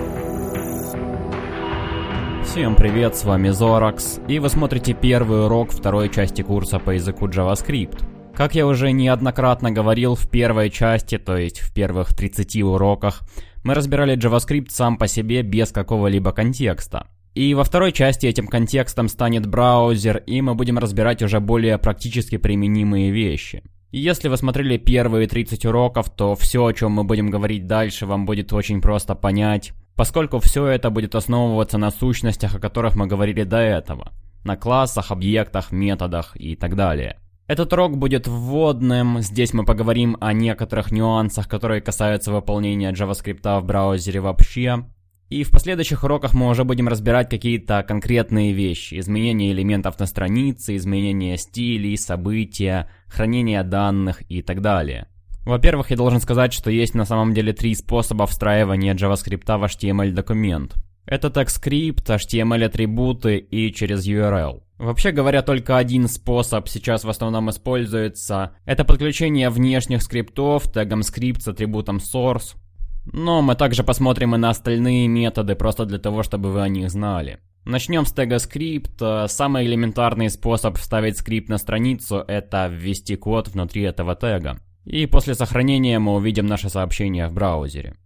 Всем привет, с вами Зоракс, и вы смотрите первый урок второй части курса по языку JavaScript. Как я уже неоднократно говорил в первой части, то есть в первых 30 уроках, мы разбирали JavaScript сам по себе без какого-либо контекста. И во второй части этим контекстом станет браузер, и мы будем разбирать уже более практически применимые вещи. И если вы смотрели первые 30 уроков, то все, о чем мы будем говорить дальше, вам будет очень просто понять, поскольку все это будет основываться на сущностях, о которых мы говорили до этого, на классах, объектах, методах и так далее. Этот урок будет вводным, здесь мы поговорим о некоторых нюансах, которые касаются выполнения JavaScript в браузере вообще. И в последующих уроках мы уже будем разбирать какие-то конкретные вещи, изменения элементов на странице, изменения стилей, события, хранение данных и так далее. Во-первых, я должен сказать, что есть на самом деле 3 способа встраивания JavaScript в HTML-документ. Это TextScript, HTML-атрибуты и через URL. Вообще говоря, только один способ сейчас в основном используется. Это подключение внешних скриптов, тегом script с атрибутом source. Но мы также посмотрим и на остальные методы, просто для того, чтобы вы о них знали. Начнем с тега script. Самый элементарный способ вставить скрипт на страницу – это ввести код внутри этого тега. И после сохранения мы увидим наше сообщение в браузере.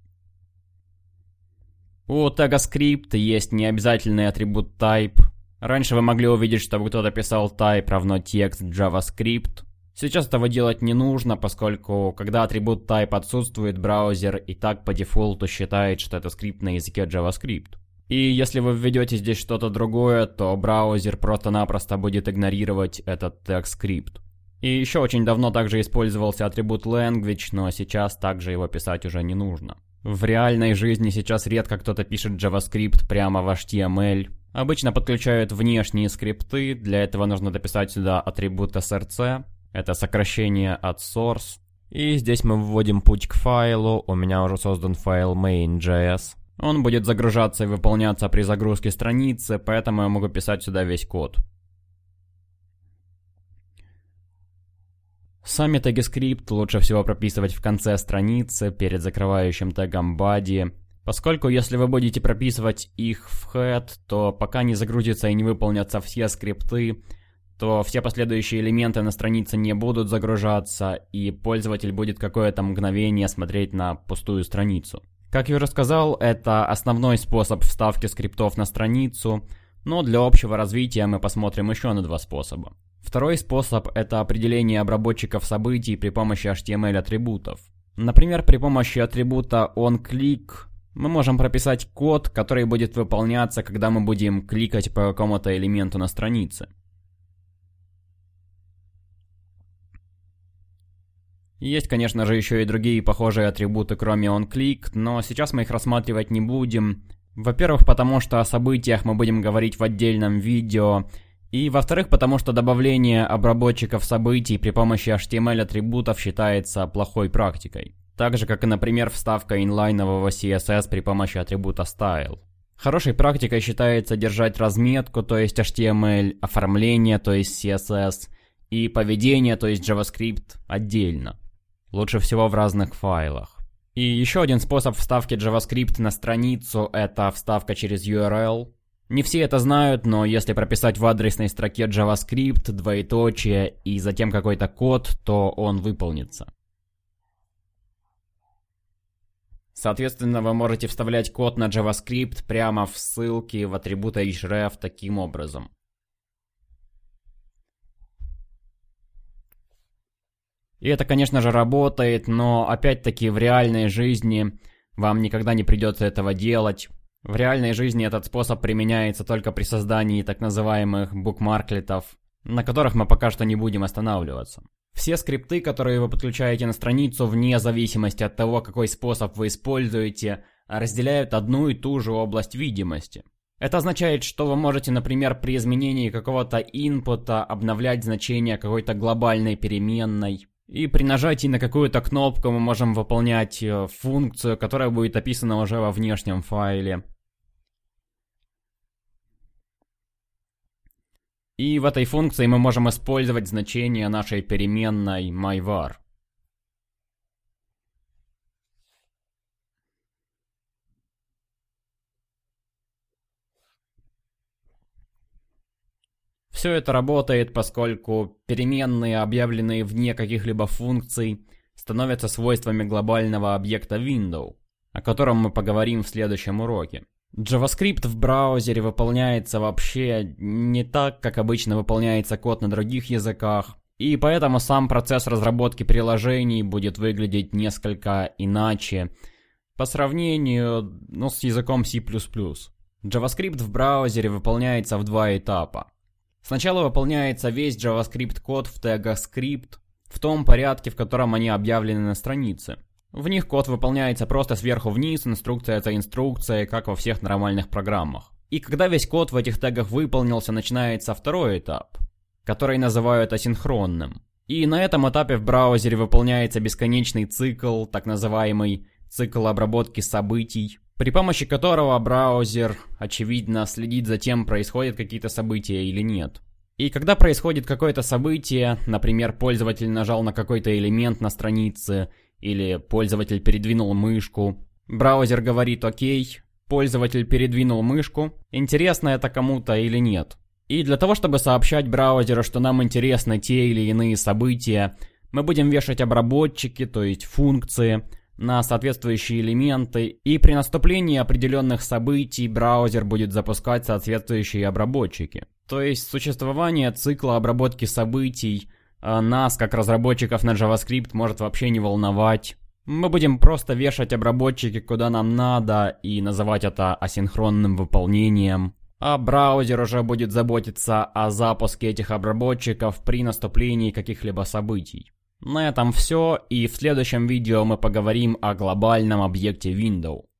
У тега script есть необязательный атрибут type. Раньше вы могли увидеть, что кто-то писал type равно текст JavaScript. Сейчас этого делать не нужно, поскольку когда атрибут type отсутствует, браузер и так по дефолту считает, что это скрипт на языке JavaScript. И если вы введете здесь что-то другое, то браузер просто-напросто будет игнорировать этот TextScript. И еще очень давно также использовался атрибут language, но сейчас также его писать уже не нужно. В реальной жизни сейчас редко кто-то пишет JavaScript прямо в HTML. Обычно подключают внешние скрипты, для этого нужно дописать сюда атрибут src. Это сокращение от source. И здесь мы вводим путь к файлу. У меня уже создан файл main.js. Он будет загружаться и выполняться при загрузке страницы, поэтому я могу писать сюда весь код. Сами теги script лучше всего прописывать в конце страницы, перед закрывающим тегом body. Поскольку если вы будете прописывать их в head, то пока не загрузятся и не выполнятся все скрипты, то все последующие элементы на странице не будут загружаться, и пользователь будет какое-то мгновение смотреть на пустую страницу. Как я уже сказал, это основной способ вставки скриптов на страницу, но для общего развития мы посмотрим еще на 2 способа. Второй способ – это определение обработчиков событий при помощи HTML-атрибутов. Например, при помощи атрибута onClick мы можем прописать код, который будет выполняться, когда мы будем кликать по какому-то элементу на странице. Есть, конечно же, еще и другие похожие атрибуты, кроме onClick, но сейчас мы их рассматривать не будем. Во-первых, потому что о событиях мы будем говорить в отдельном видео. И во-вторых, потому что добавление обработчиков событий при помощи HTML-атрибутов считается плохой практикой. Так же, как и, например, вставка инлайнового CSS при помощи атрибута style. Хорошей практикой считается держать разметку, то есть HTML, оформление, то есть CSS, и поведение, то есть JavaScript, отдельно. Лучше всего в разных файлах. И еще один способ вставки JavaScript на страницу – это вставка через URL. Не все это знают, но если прописать в адресной строке JavaScript, двоеточие и затем какой-то код, то он выполнится. Соответственно, вы можете вставлять код на JavaScript прямо в ссылки в атрибут href таким образом. И это, конечно же, работает, но опять-таки в реальной жизни вам никогда не придется этого делать. В реальной жизни этот способ применяется только при создании так называемых букмарклетов, на которых мы пока что не будем останавливаться. Все скрипты, которые вы подключаете на страницу, вне зависимости от того, какой способ вы используете, разделяют одну и ту же область видимости. Это означает, что вы можете, например, при изменении какого-то инпута обновлять значение какой-то глобальной переменной. И при нажатии на какую-то кнопку мы можем выполнять функцию, которая будет описана уже во внешнем файле. И в этой функции мы можем использовать значение нашей переменной myVar. Все это работает, поскольку переменные, объявленные вне каких-либо функций, становятся свойствами глобального объекта window, о котором мы поговорим в следующем уроке. JavaScript в браузере выполняется вообще не так, как обычно выполняется код на других языках, и поэтому сам процесс разработки приложений будет выглядеть несколько иначе по сравнению, с языком C++. JavaScript в браузере выполняется в два этапа. Сначала выполняется весь JavaScript код в тегах script в том порядке, в котором они объявлены на странице. В них код выполняется просто сверху вниз, инструкция за инструкцией, как во всех нормальных программах. И когда весь код в этих тегах выполнился, начинается второй этап, который называют асинхронным. И на этом этапе в браузере выполняется бесконечный цикл, так называемый цикл обработки событий, при помощи которого браузер, очевидно, следит за тем, происходят какие-то события или нет. И когда происходит какое-то событие, например, пользователь нажал на какой-то элемент на странице, или пользователь передвинул мышку, браузер говорит: окей, пользователь передвинул мышку, интересно это кому-то или нет. И для того, чтобы сообщать браузеру, что нам интересны те или иные события, мы будем вешать обработчики, то есть функции, на соответствующие элементы, и при наступлении определенных событий браузер будет запускать соответствующие обработчики. То есть существование цикла обработки событий нас, как разработчиков на JavaScript, может вообще не волновать. Мы будем просто вешать обработчики куда нам надо и называть это асинхронным выполнением. А браузер уже будет заботиться о запуске этих обработчиков при наступлении каких-либо событий. На этом все, и в следующем видео мы поговорим о глобальном объекте window.